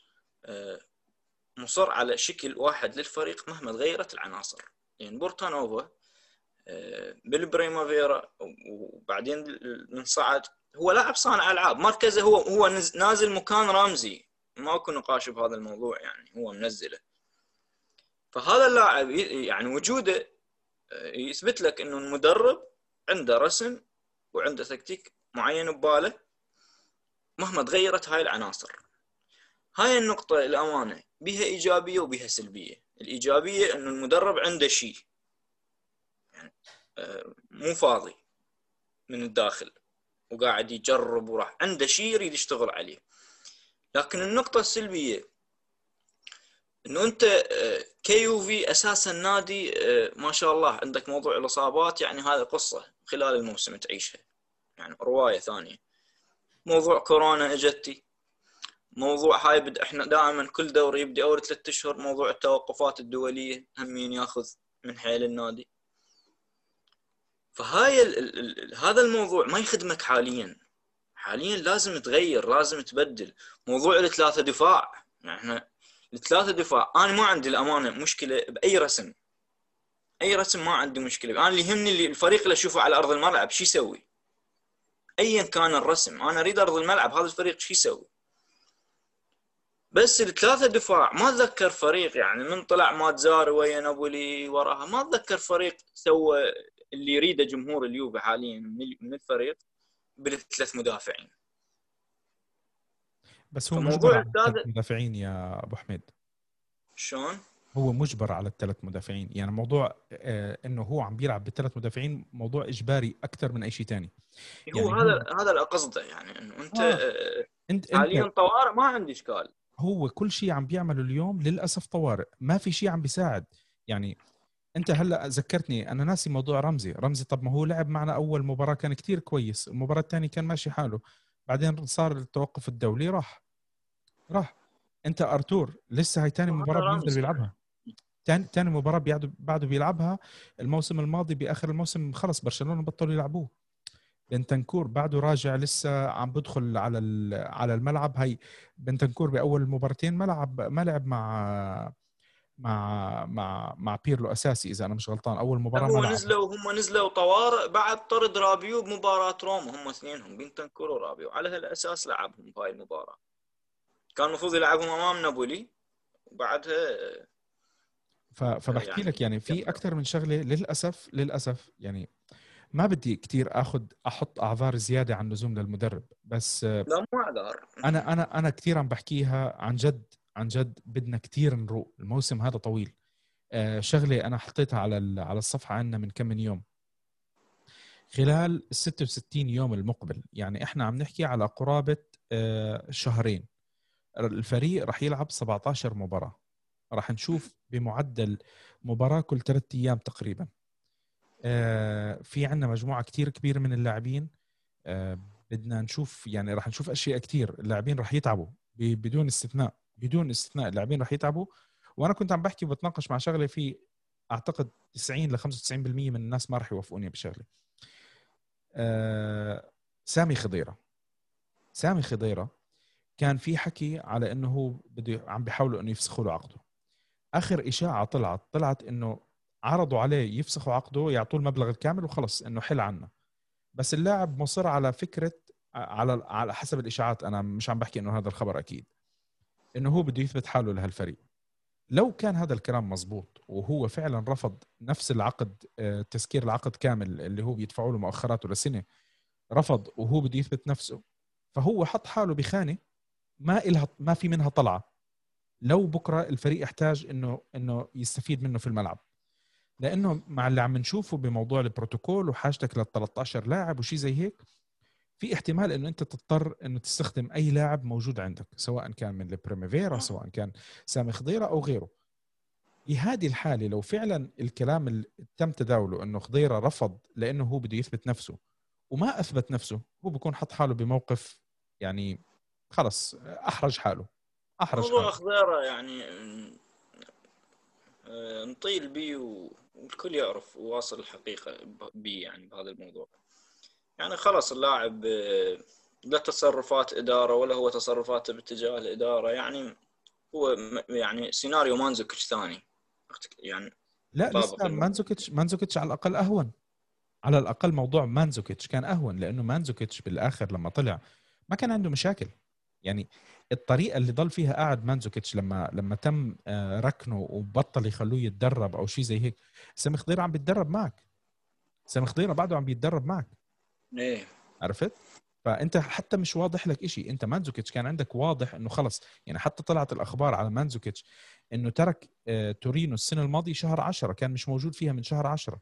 مصر على شكل واحد للفريق مهما تغيرت العناصر. يعني بورتانوفا بالبريمافيرا وبعدين من صعد هو لاعب صانع العاب، مركزه هو هو نازل مكان رمزي، ما اكو نقاش بهذا الموضوع، يعني هو منزله. فهذا اللاعب يعني وجوده يثبت لك انه المدرب عنده رسم وعنده تكتيك معين بباله مهما تغيرت هاي العناصر. هاي النقطة الأمانة بها إيجابية وبها سلبية. الإيجابية انه المدرب عنده شيء يعني مو فاضي من الداخل وقاعد يجرب وراح عنده شيء يريد يشتغل عليه. لكن النقطة السلبية انه انت كيوفي اساسا نادي ما شاء الله عندك موضوع الاصابات، يعني هذه قصه خلال الموسم تعيشها، يعني روايه ثانيه. موضوع كورونا اجتي، موضوع هاي بد احنا دائما كل دوري يبدي اول ثلاثة اشهر موضوع التوقفات الدوليه همين ياخذ من حيل النادي. فهاي ال ال ال هذا الموضوع ما يخدمك حاليا، حاليا لازم تغير، لازم تبدل. موضوع الثلاثه دفاع، يعني احنا الثلاثه دفاع انا ما عندي الامانه مشكله باي رسم، اي رسم ما عندي مشكله، انا اللي يهمني اللي الفريق اللي اشوفه على ارض الملعب شو يسوي، ايا كان الرسم انا اريد ارض الملعب هذا الفريق شو يسوي. بس الثلاثه دفاع ما اتذكر فريق يعني من طلع ماتزاري ويا نابولي وراها، ما اتذكر فريق سوى اللي يريده جمهور اليوفي حاليا من الفريق بالثلاث مدافعين. بس هو مجبر على الثلاث مدافعين يا ابو حميد. شلون؟ هو مجبر على الثلاث مدافعين، يعني موضوع آه انه هو عم بيلعب بالثلاث مدافعين موضوع اجباري اكثر من اي شيء ثاني. يعني هو هذا هو... هذا اللي قصده، يعني انه انت آه انت حاليا انت... طوارئ ما عندي اشكال. هو كل شيء عم بيعمله اليوم للاسف طوارئ، ما في شيء عم بيساعد. يعني انت هلا ذكرتني انا ناسي موضوع رمزي. رمزي طب ما هو لعب معنا اول مباراه كان كتير كويس، المباراه الثانيه كان ماشي حاله، بعدين صار التوقف الدولي راح راح انت ارتور لسه هاي ثاني مباراه بيقدر بيلعبها، ثاني ثاني مباراه بعده بعده بيلعبها. الموسم الماضي باخر الموسم خلص برشلونه بطلوا يلعبوه. بنتنكور بعده راجع لسه عم بدخل على على الملعب. هاي بنتنكور باول مباراتين ما لعب ما لعب مع مع مع مع بيرلو اساسي اذا انا مش غلطان. اول مباراه هو ما لعب، نزلوا هم نزلوا طوارئ بعد طرد رابيو بمباراه روما، هم اثنينهم بنتنكور ورابيو، على هالاساس لعبهم بهاي المباراه. كان المفروض يلعبهم امام نابولي وبعدها فبحكي يعني لك يعني في اكثر من شغله للاسف للاسف. يعني ما بدي كتير اخذ احط اعذار زياده عن اللزوم للمدرب، بس لا مو اعذار، انا انا انا كثير عم بحكيها عن جد عن جد. بدنا كتير نروق، الموسم هذا طويل، آه شغله انا حطيتها على على الصفحه عندنا من كم من يوم. خلال ال ستة وستين يوم المقبل، يعني احنا عم نحكي على قرابه آه شهرين، الفريق راح يلعب سبعة عشر مباراه. راح نشوف بمعدل مباراه كل ثلاثة ايام تقريبا. آه في عندنا مجموعه كتير كبيره من اللاعبين. آه بدنا نشوف، يعني راح نشوف اشياء كتير. اللاعبين راح يتعبوا بدون استثناء، بدون استثناء اللاعبين راح يتعبوا. وانا كنت عم بحكي وبتناقش مع شغله، في اعتقد تسعين ل خمسة وتسعين بالمية من الناس ما راح يوافقوني بشغله. آه سامي خضيره سامي خضيره كان في حكي على انه هو بده، عم بيحاولوا انه يفسخوا له عقده. اخر اشاعه طلعت طلعت انه عرضوا عليه يفسخوا عقده، يعطوه المبلغ الكامل وخلص انه حل عنا. بس اللاعب مصر على فكره، على على حسب الاشاعات، انا مش عم بحكي انه هذا الخبر اكيد، انه هو بده يثبت حاله لهالفريق. لو كان هذا الكلام مزبوط وهو فعلا رفض نفس العقد، آه، تسكير العقد كامل اللي هو بيدفعوا له مؤخراته لسنه، رفض وهو بده يثبت نفسه، فهو حط حاله بخانه ما إلها ما في منها طلعه. لو بكره الفريق احتاج انه انه يستفيد منه في الملعب، لانه مع اللي عم نشوفه بموضوع البروتوكول وحاجتك لل ثلاثة عشر لاعب وشي زي هيك، في احتمال انه انت تضطر انه تستخدم اي لاعب موجود عندك، سواء كان من البريميفيرا، سواء كان سامي خضيره او غيره. بهذه الحاله لو فعلا الكلام اللي تم تداوله انه خضيره رفض لانه هو بده يثبت نفسه وما اثبت نفسه، هو بيكون حط حاله بموقف، يعني خلص احرج حاله احرج موضوع حاله خضيره يعني آه، نطيل بيه والكل يعرف وواصل الحقيقة بيه يعني بهذا الموضوع. يعني خلص اللاعب آه، لا تصرفات إدارة ولا هو تصرفاته باتجاه الإدارة، يعني هو يعني سيناريو مانزوكيتش ثاني يعني لا مطابق لسه الموضوع. مانزوكيتش مانزوكيتش على الاقل اهون. على الاقل موضوع مانزوكيتش كان اهون، لانه مانزوكيتش بالاخر لما طلع ما كان عنده مشاكل. يعني الطريقه اللي ضل فيها قاعد مانزوكيتش لما لما تم آه، ركنه وبطل يخلوه يتدرب او شيء زي هيك، سامي خضيره عم بيتدرب معك. سامي خضيره بعده عم بيتدرب معك. ايه عرفت؟ فانت حتى مش واضح لك إشي. انت مانزوكيتش كان عندك واضح انه خلص، يعني حتى طلعت الاخبار على مانزوكيتش انه ترك آه، تورينو السنه الماضيه شهر عشرة، كان مش موجود فيها من شهر عشرة.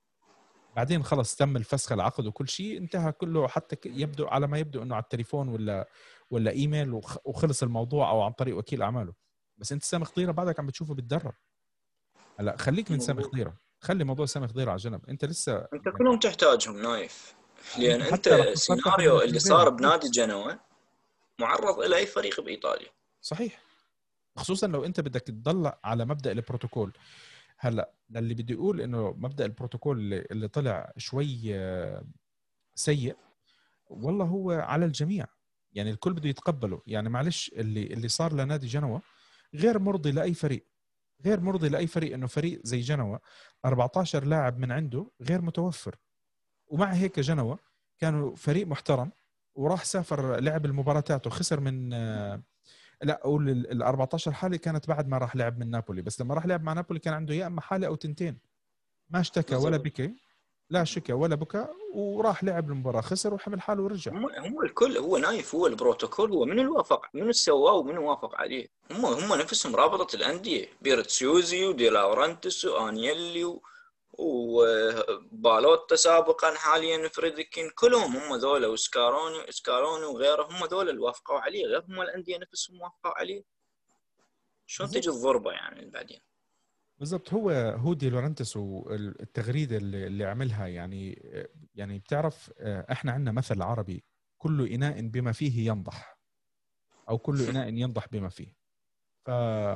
بعدين خلص تم الفسخ العقد وكل شيء انتهى كله، حتى يبدو على ما يبدو انه على التليفون ولا ولا ايميل وخلص الموضوع، او عن طريق وكيل اعماله. بس انت سامي خضيره بعدك عم بتشوفه بتدرب. هلا خليك من سامي مضبوط. خضيره، خلي موضوع سامي خضيره على جنب، انت لسه انت يعني كلهم تحتاجهم نايف، انت لان انت حتى راح تتصفح السيناريو اللي بالبريميرا صار اكيد. بنادي جنوة معرض الى اي فريق بايطاليا. صحيح، خصوصا لو انت بدك تضل على مبدأ البروتوكول. هلا اللي بدي اقول انه مبدأ البروتوكول اللي, اللي طلع شوي آه، سيء، والله هو على الجميع، يعني الكل بده يتقبله. يعني معلش اللي اللي صار لنادي جنوة غير مرضي لاي فريق، غير مرضي لاي فريق. انه فريق زي جنوة أربعة عشر لاعب من عنده غير متوفر، ومع هيك جنوة كانوا فريق محترم، وراح سافر لعب المباراتات وخسر من آه، لا اقول ال أربعة عشر حاله كانت بعد ما راح لعب من نابولي. بس لما راح لعب مع نابولي كان عنده يا اما حاله او تنتين، ما اشتكى ولا بالضبط. بكى، لا شكى ولا بكى، وراح لعب المباراه خسر وحمل حاله ورجع. هم هم الكل هو نايف، هو البروتوكول هو من الوافق من اللي سواه ومن وافق عليه. هم هم نفسهم رابطة الأندية، بيرتسيوزي ودي لورنتس وانيلي و... وبالوتا سابقا، حاليا فريدكين، كلهم هم ذولا، وسكاروني اسكاروني وغيره، هم ذولا اللي وافقوا عليه، غير هم الأندية نفسهم وافقوا عليه. شلون تجي بالضبط الضربة يعني بعدين؟ بالضبط هو هو دي لورنتس والتغريده اللي, اللي عملها. يعني يعني بتعرف احنا عندنا مثل عربي: كل اناء بما فيه ينضح، او كل اناء ينضح بما فيه. ف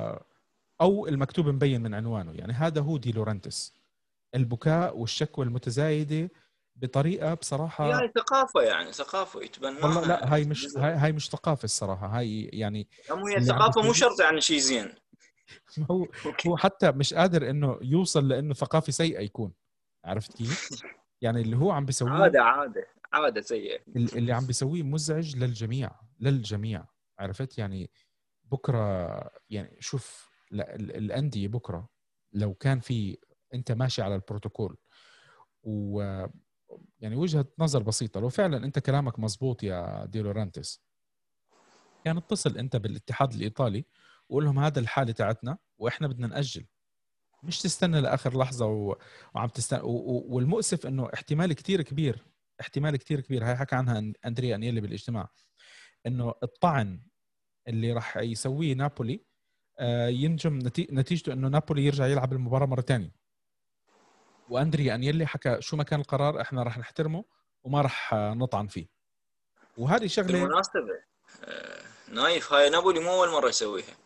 او المكتوب مبين من عنوانه. يعني هذا هو دي لورنتس، البكاء والشكوى المتزايده بطريقه هي بصراحه. هاي ثقافة، يعني ثقافة والله لا، يتبناها هاي مش جزء. هاي, هاي مش ثقافه الصراحه. هاي يعني هم هي اللي عم الثقافة مو بيسويه شرط يعني شيء زين. هو هو حتى مش قادر انه يوصل لانه ثقافه سيئه يكون. عرفت كيف؟ يعني اللي هو عم بيسويه، عادة عادة عادة سيئة. اللي عم بيسويه مزعج للجميع للجميع. عرفت يعني؟ بكره يعني شوف لا، ال- الانديه بكره لو كان في، انت ماشي على البروتوكول، و يعني وجهة نظر بسيطة، لو فعلا انت كلامك مزبوط يا دي لورانتس، كان اتصل انت بالاتحاد الايطالي وقول لهم هذا الحالة تاعتنا واحنا بدنا نأجل. مش تستنى لاخر لحظه و... وعم تستنى و... و... والمؤسف انه احتمال كتير كبير، احتمال كتير كبير، هاي حكى عنها اندريا انيلي بالاجتماع، انه الطعن اللي راح يسويه نابولي آه ينجم نتي... نتيجته انه نابولي يرجع يلعب المباراه مره ثانيه. واندريا انيلي حكى شو ما كان القرار احنا راح نحترمه وما راح نطعن فيه. وهذه شغله بالمناسبة نايف، هاي نابولي مو أول مرة يسويها،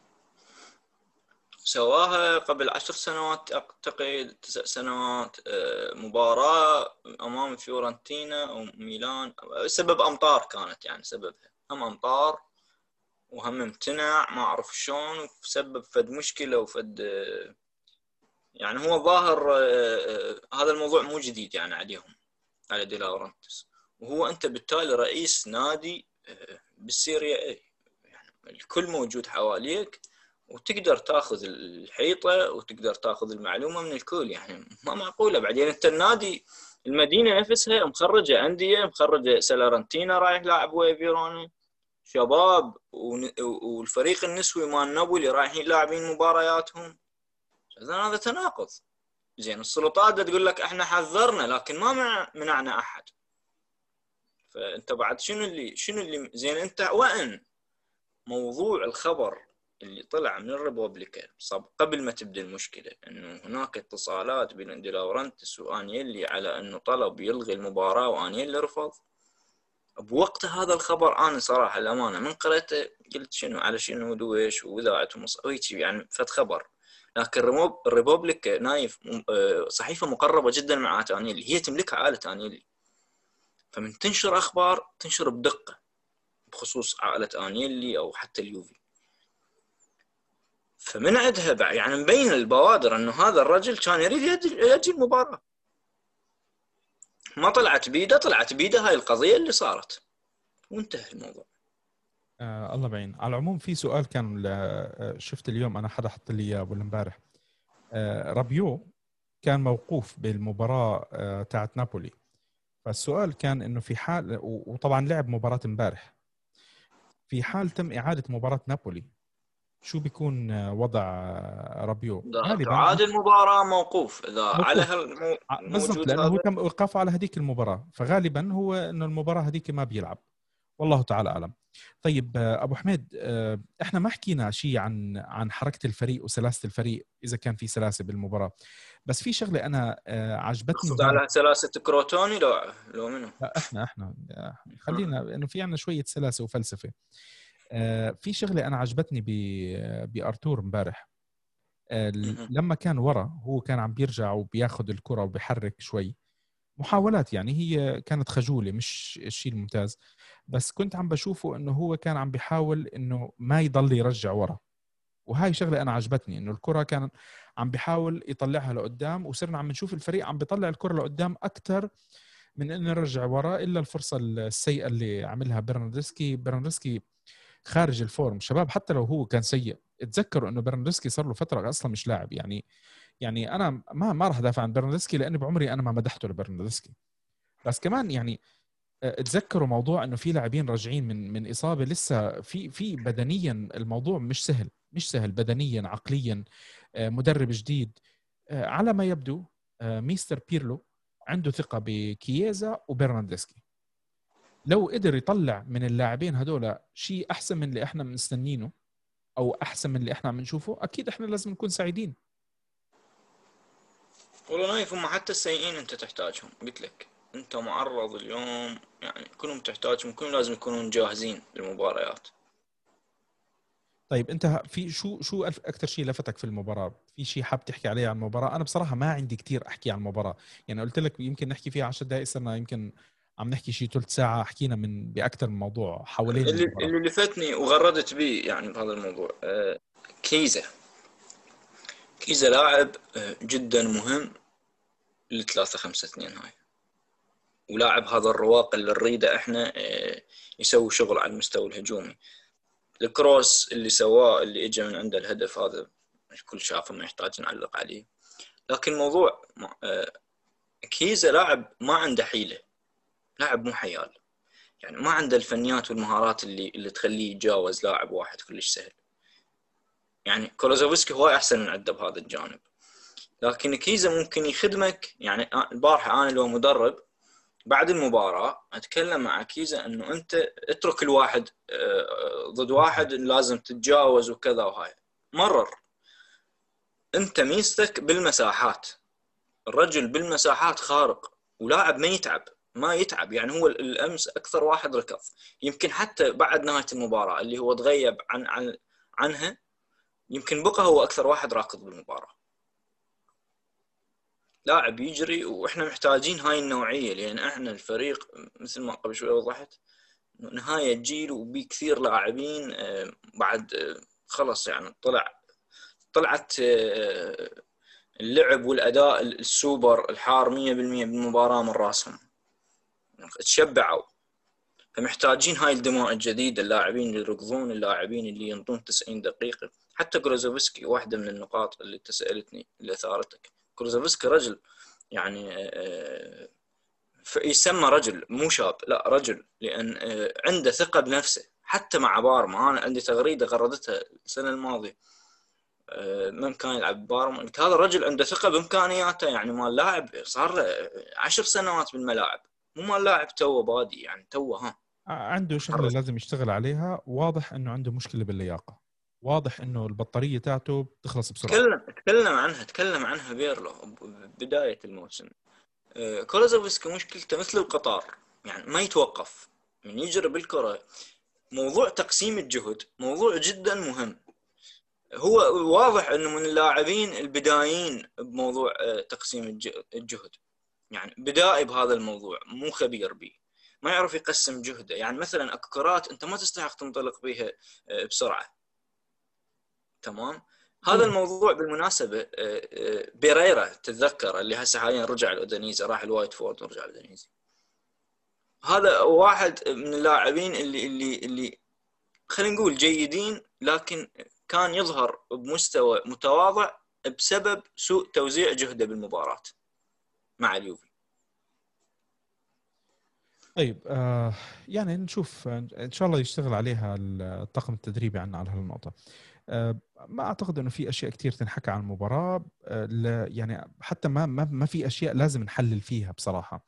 سواها قبل عشر سنوات أعتقد، تسع سنوات، مباراة أمام فيورنتينا أو ميلان، سبب أمطار كانت، يعني سببها هم أمطار وهم امتنع ما أعرف شلون، وسبب فد مشكلة وفد، يعني هو ظاهر هذا الموضوع مو جديد يعني عليهم، على دي لورنتس، وهو أنت بالتالي رئيس نادي بالسيريا اي، يعني الكل موجود حواليك وتقدر تاخذ الحيطه وتقدر تاخذ المعلومه من الكل، يعني ما معقوله. بعدين انت النادي المدينه نفسها مخرجه انديه، مخرجه سالارنتينا رايح لاعب ويا فيرونا شباب، والفريق النسوي مال نابولي رايحين لاعبين مبارياتهم، هذا تناقض. زين السلطات تقول لك احنا حذرنا لكن ما منعنا احد، فانت بعد شنو اللي شنو اللي زين انت وين موضوع الخبر اللي طلع من الريبوبليكا صب قبل ما تبدا المشكله، انه هناك اتصالات بين دي لورنتس وانيلي على انه طلب يلغي المباراه وانيلي رفض. بوقت هذا الخبر انا صراحه الامانه من قريته قلت شنو على شنو دويش واذاعه وهيك يعني فد خبر، لكن الريبوبليكا نايف صحيفه مقربه جدا مع انيلي، هي تملكها عائله انيلي، فمن تنشر اخبار تنشر بدقه بخصوص عائله انيلي او حتى اليوفي، فمن عندها يعني مبين البوادر انه هذا الرجل كان يريد يجي المباراه، ما طلعت بيده، طلعت بيده هاي القضيه اللي صارت وانتهى الموضوع. آه الله بعين. على العموم في سؤال كان شفت اليوم انا حدا حط لي اياه ولا امبارح، آه رابيو كان موقوف بالمباراه آه تاعت نابولي، فالسؤال كان انه في حال، وطبعا لعب مباراه امبارح، في حال تم اعاده مباراه نابولي شو بيكون وضع رابيو؟ غالبا تعاد المباراه موقوف اذا على موقوف بالضبط، الموجود لانه هو هذا. تم ايقافه على هذيك المباراه، فغالبا هو انه المباراه هذيك ما بيلعب، والله تعالى اعلم. طيب ابو حميد، احنا ما حكينا شيء عن عن حركه الفريق وسلاسه الفريق، اذا كان في سلاسه بالمباراه، بس في شغله انا عجبتني تقصد امبارح. على سلاسه كروتوني؟ لو لو منو؟ لا احنا احنا خلينا انه في عندنا شويه سلاسه وفلسفه. في شغله انا عجبتني بارتور امبارح، لما كان ورا هو كان عم بيرجع وبياخذ الكره وبيحرك شوي محاولات، يعني هي كانت خجوله مش الشيء الممتاز، بس كنت عم بشوفه انه هو كان عم بيحاول انه ما يضل يرجع ورا، وهاي شغله انا عجبتني، انه الكره كان عم بيحاول يطلعها لقدام، وصرنا عم نشوف الفريق عم بيطلع الكره لقدام اكثر من انه يرجع ورا، الا الفرصه السيئه اللي عملها برناردسكي. برناردسكي خارج الفورم شباب، حتى لو هو كان سيء اتذكروا انه برناردسكي صار له فتره اصلا مش لاعب، يعني يعني انا ما ما راح ادافع عن برناردسكي لاني بعمري انا ما مدحته لبرناردسكي، بس كمان يعني اتذكروا موضوع انه في لاعبين راجعين من من اصابه، لسه في في بدنيا الموضوع مش سهل، مش سهل بدنيا عقليا، مدرب جديد على ما يبدو. ميستر بيرلو عنده ثقه بكييزا وبرناردسكي، لو قدر يطلع من اللاعبين هذول شيء احسن من اللي احنا مستنينه او احسن من اللي احنا عم نشوفه، اكيد احنا لازم نكون سعيدين. والله نايف هم حتى السيئين انت تحتاجهم، قلت لك انت معرض اليوم، يعني كلهم تحتاجهم، كلهم لازم يكونون جاهزين للمباريات. طيب انت في شو شو اكثر شيء لفتك في المباراه؟ في شيء حاب تحكي عليه عن المباراه؟ انا بصراحه ما عندي كتير احكي عن المباراه، يعني قلت لك يمكن نحكي فيها عشر دقائق، صرنا يمكن عم نحكي شيء ثلث ساعه، حكينا من باكثر من موضوع حوالين اللي المباراه. اللي لفتني وغردت به يعني بهذا الموضوع آه كيزا. كيزا لاعب آه جدا مهم للثلاثة خمسة اثنين هاي، ولاعب هذا الرواق اللي نريده احنا آه يسوي شغل على المستوى الهجومي. الكروس اللي سواه اللي اجى من عنده الهدف هذا الكل شافه، ما يحتاج نعلق عليه، لكن موضوع آه كيزا لاعب ما عنده حيلة، لاعب مو حيال، يعني ما عنده الفنيات والمهارات اللي اللي تخليه يتجاوز لاعب واحد كلش سهل، يعني كولوزوفسكي هو احسن من عنده بهذا الجانب. لكن كيزا ممكن يخدمك. يعني البارحة أنا لو مدرب بعد المباراة أتكلم مع كيزا أنه أنت اترك الواحد ضد واحد لازم تتجاوز وكذا وهاي. مرر أنت ميزتك بالمساحات، الرجل بالمساحات خارق، ولاعب ما يتعب ما يتعب. يعني هو الأمس أكثر واحد ركض، يمكن حتى بعد نهاية المباراة اللي هو تغيب عن, عن عنها يمكن بقى هو أكثر واحد راكض بالمباراة. لاعب يجري، وإحنا محتاجين هاي النوعية، لأن إحنا الفريق مثل ما قبل شوي وضحت نهاية جيل وبي كثير لاعبين بعد خلص يعني طلع طلعت اللعب والأداء السوبر الحار مية بالمية بالمباراة من راسهم، تشبعوا. فمحتاجين هاي الدماء الجديدة، اللاعبين اللي يركضون، اللاعبين اللي ينطون تسعين دقيقة. حتى كروزوفسكي واحدة من النقاط اللي تسألتني اللي ثارتك، كروزوفسكي رجل يعني يسمى رجل مو شاب، لا رجل، لأن عنده ثقة بنفسه. حتى مع بارما أنا عندي تغريدة غردتها السنة الماضية من كان يلعب بارما، هذا الرجل عنده ثقة بإمكانياته. يعني ما اللاعب صار له عشر سنوات بالملاعب، مو ما اللاعب توه بادي يعني توه ها عنده شغلة لازم يشتغل عليها. واضح انه عنده مشكلة باللياقة، واضح انه البطارية تاعته بتخلص بسرعة. تكلم تكلم عنها تكلم عنها بيرلو بداية الموسم. كولوزوفسكي مشكلته مثل القطار، يعني ما يتوقف من يجري بالكرة. موضوع تقسيم الجهد موضوع جدا مهم. هو واضح انه من اللاعبين البدايين بموضوع تقسيم الجهد، يعني بدائي بهذا الموضوع، مو خبير به، ما يعرف يقسم جهده. يعني مثلا اكو كرات انت ما تستحق تنطلق بها بسرعه، تمام. هذا الموضوع بالمناسبه بيريرا تتذكر اللي هسه حاليا رجع الأودينيزي، راح الوايت فورد ورجع الأودينيزي. هذا واحد من اللاعبين اللي اللي اللي خلينا نقول جيدين، لكن كان يظهر بمستوى متواضع بسبب سوء توزيع جهده بالمباراة مع اليوفي. طيب آه يعني نشوف ان شاء الله يشتغل عليها الطاقم التدريبي عنا على هالنقطة. آه ما اعتقد انه في اشياء كتير تنحكى عن المباراة. آه يعني حتى ما ما ما في اشياء لازم نحلل فيها بصراحة.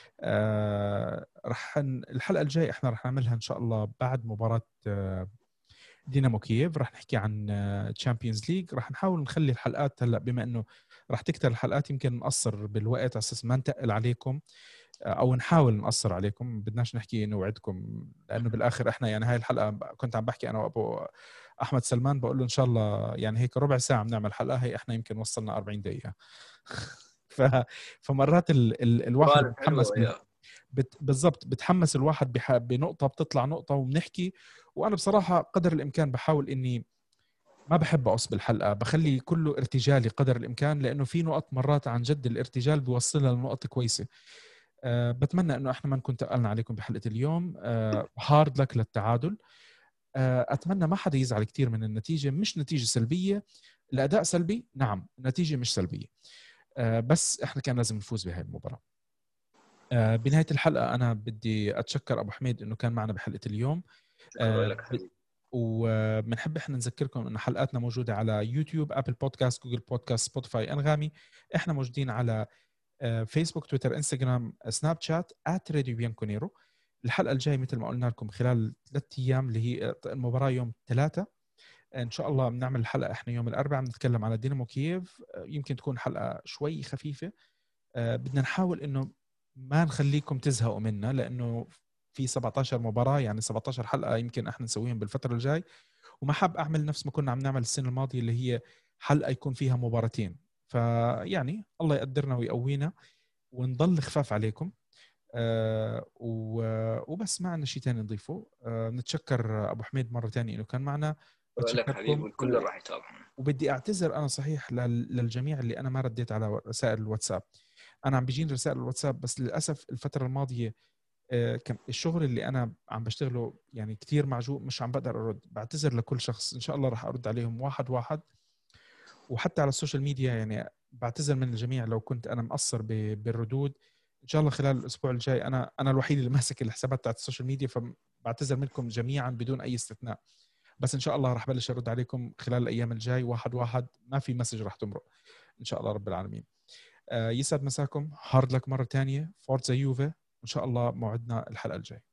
آه رح الحلقة الجاية احنا رح نعملها ان شاء الله بعد مباراة آه دينامو كييف. رح نحكي عن تشامبيونز ليج. رح نحاول نخلي الحلقات هلا بما انه رح تكتر الحلقات يمكن نقصر بالوقت على اساس ما نتقل عليكم او نحاول نقصر عليكم. بدناش نحكي نوعدكم لانه بالاخر احنا يعني هاي الحلقه كنت عم بحكي انا وابو احمد سلمان بقول له ان شاء الله يعني هيك ربع ساعه بنعمل حلقه، هي احنا يمكن وصلنا أربعين دقيقه. ف... فمرات ال... ال... الواحد بتحمس بال... بت... بالضبط بتحمس الواحد بح... بنقطه بتطلع نقطه وبنحكي. وانا بصراحه قدر الامكان بحاول اني ما بحب أقص بالحلقة، بخلي كله ارتجالي قدر الإمكان، لأنه في نقط مرات عن جد الارتجال بيوصلنا لنقط كويسة. أه بتمنى أنه إحنا ما نكون تقلنا عليكم بحلقة اليوم. أه هارد لك للتعادل. أه أتمنى ما حدا يزعل كتير من النتيجة، مش نتيجة سلبية. الأداء سلبي نعم، النتيجة مش سلبية. أه بس إحنا كان لازم نفوز بهاي المباراة. أه بنهاية الحلقة أنا بدي أتشكر أبو حميد أنه كان معنا بحلقة اليوم. شكرا لك حبيبي. وبنحب احنا نذكركم ان حلقاتنا موجوده على يوتيوب، ابل بودكاست، جوجل بودكاست، سبوتيفاي، انغامي. احنا موجودين على فيسبوك، تويتر، انستغرام، سناب شات @راديو بيانكونيرو. الحلقه الجايه مثل ما قلنا لكم خلال ثلاث ايام اللي هي المباراه يوم ثلاثة ان شاء الله بنعمل الحلقه احنا يوم الاربعاء بنتكلم على دينامو كييف. يمكن تكون حلقه شوي خفيفه. بدنا نحاول انه ما نخليكم تزهقوا منا لانه في سبعة عشر مباراة، يعني سبعة عشر حلقة يمكن احنا نسويهم بالفترة الجاي. وما حاب اعمل نفس ما كنا عم نعمل السنة الماضية اللي هي حلقة يكون فيها مباراتين. فيعني الله يقدرنا ويقوينا ونضل خفاف عليكم. آه وبس ما عندنا شيء تاني نضيفه. آه نتشكر ابو حميد مرة تانية انه كان معنا. شكرا لك حبيبي، والكل و... راح يتابعنا. وبدي اعتذر انا صحيح لل... للجميع اللي انا ما رديت على رسائل الواتساب. انا عم بيجيني رسائل الواتساب بس للاسف الفترة الماضية كم الشغل اللي أنا عم بشتغله يعني كتير معجوق، مش عم بقدر أرد. بعتذر لكل شخص، إن شاء الله رح أرد عليهم واحد واحد. وحتى على السوشيال ميديا يعني بعتذر من الجميع لو كنت أنا مقصر بالردود. إن شاء الله خلال الأسبوع الجاي أنا أنا الوحيد اللي ماسك الحسابات تاعت السوشيال ميديا، فبعتذر منكم جميعا بدون أي استثناء. بس إن شاء الله رح بلش أرد عليكم خلال الأيام الجاي واحد واحد، ما في مسج رح تمرق. ان شاء الله رب العالمين. يسعد مساكم، هارد لك مره ثانيه، فورتزا يوفي، وان شاء الله موعدنا الحلقه الجايه.